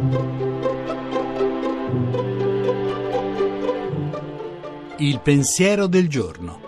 Il pensiero del giorno.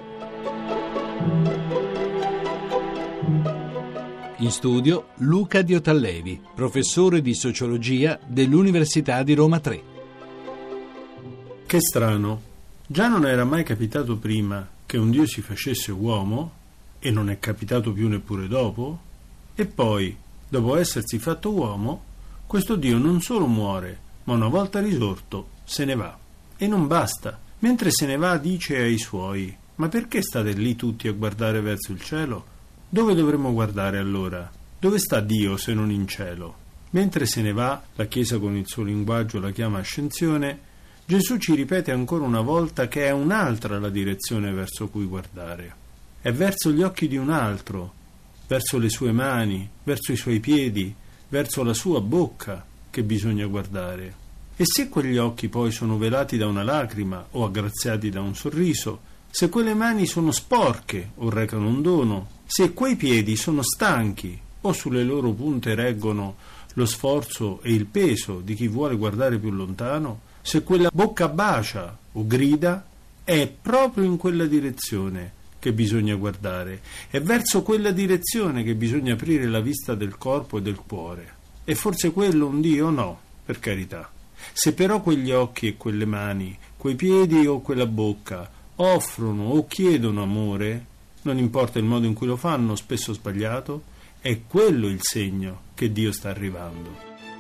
In studio Luca Diotallevi, professore di sociologia dell'Università di Roma III. Che strano, già non era mai capitato prima che un Dio si facesse uomo, e non è capitato più neppure dopo, e poi, dopo essersi fatto uomo, questo Dio non solo muore, ma una volta risorto se ne va. E non basta. Mentre se ne va dice ai suoi: ma perché state lì tutti a guardare verso il cielo? Dove dovremmo guardare allora? Dove sta Dio se non in cielo? Mentre se ne va, la Chiesa con il suo linguaggio la chiama ascensione, Gesù ci ripete ancora una volta che è un'altra la direzione verso cui guardare. È verso gli occhi di un altro, verso le sue mani, verso i suoi piedi, verso la sua bocca che bisogna guardare. E se quegli occhi poi sono velati da una lacrima o aggraziati da un sorriso, se quelle mani sono sporche o recano un dono, se quei piedi sono stanchi o sulle loro punte reggono lo sforzo e il peso di chi vuole guardare più lontano, se quella bocca bacia o grida, è proprio in quella direzione che bisogna guardare, è verso quella direzione che bisogna aprire la vista del corpo e del cuore. E forse quello un Dio? No, per carità. Se però quegli occhi e quelle mani, quei piedi o quella bocca offrono o chiedono amore, non importa il modo in cui lo fanno, spesso sbagliato, è quello il segno che Dio sta arrivando.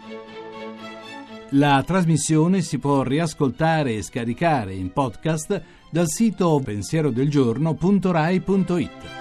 La trasmissione si può riascoltare e scaricare in podcast dal sito pensierodelgiorno.rai.it.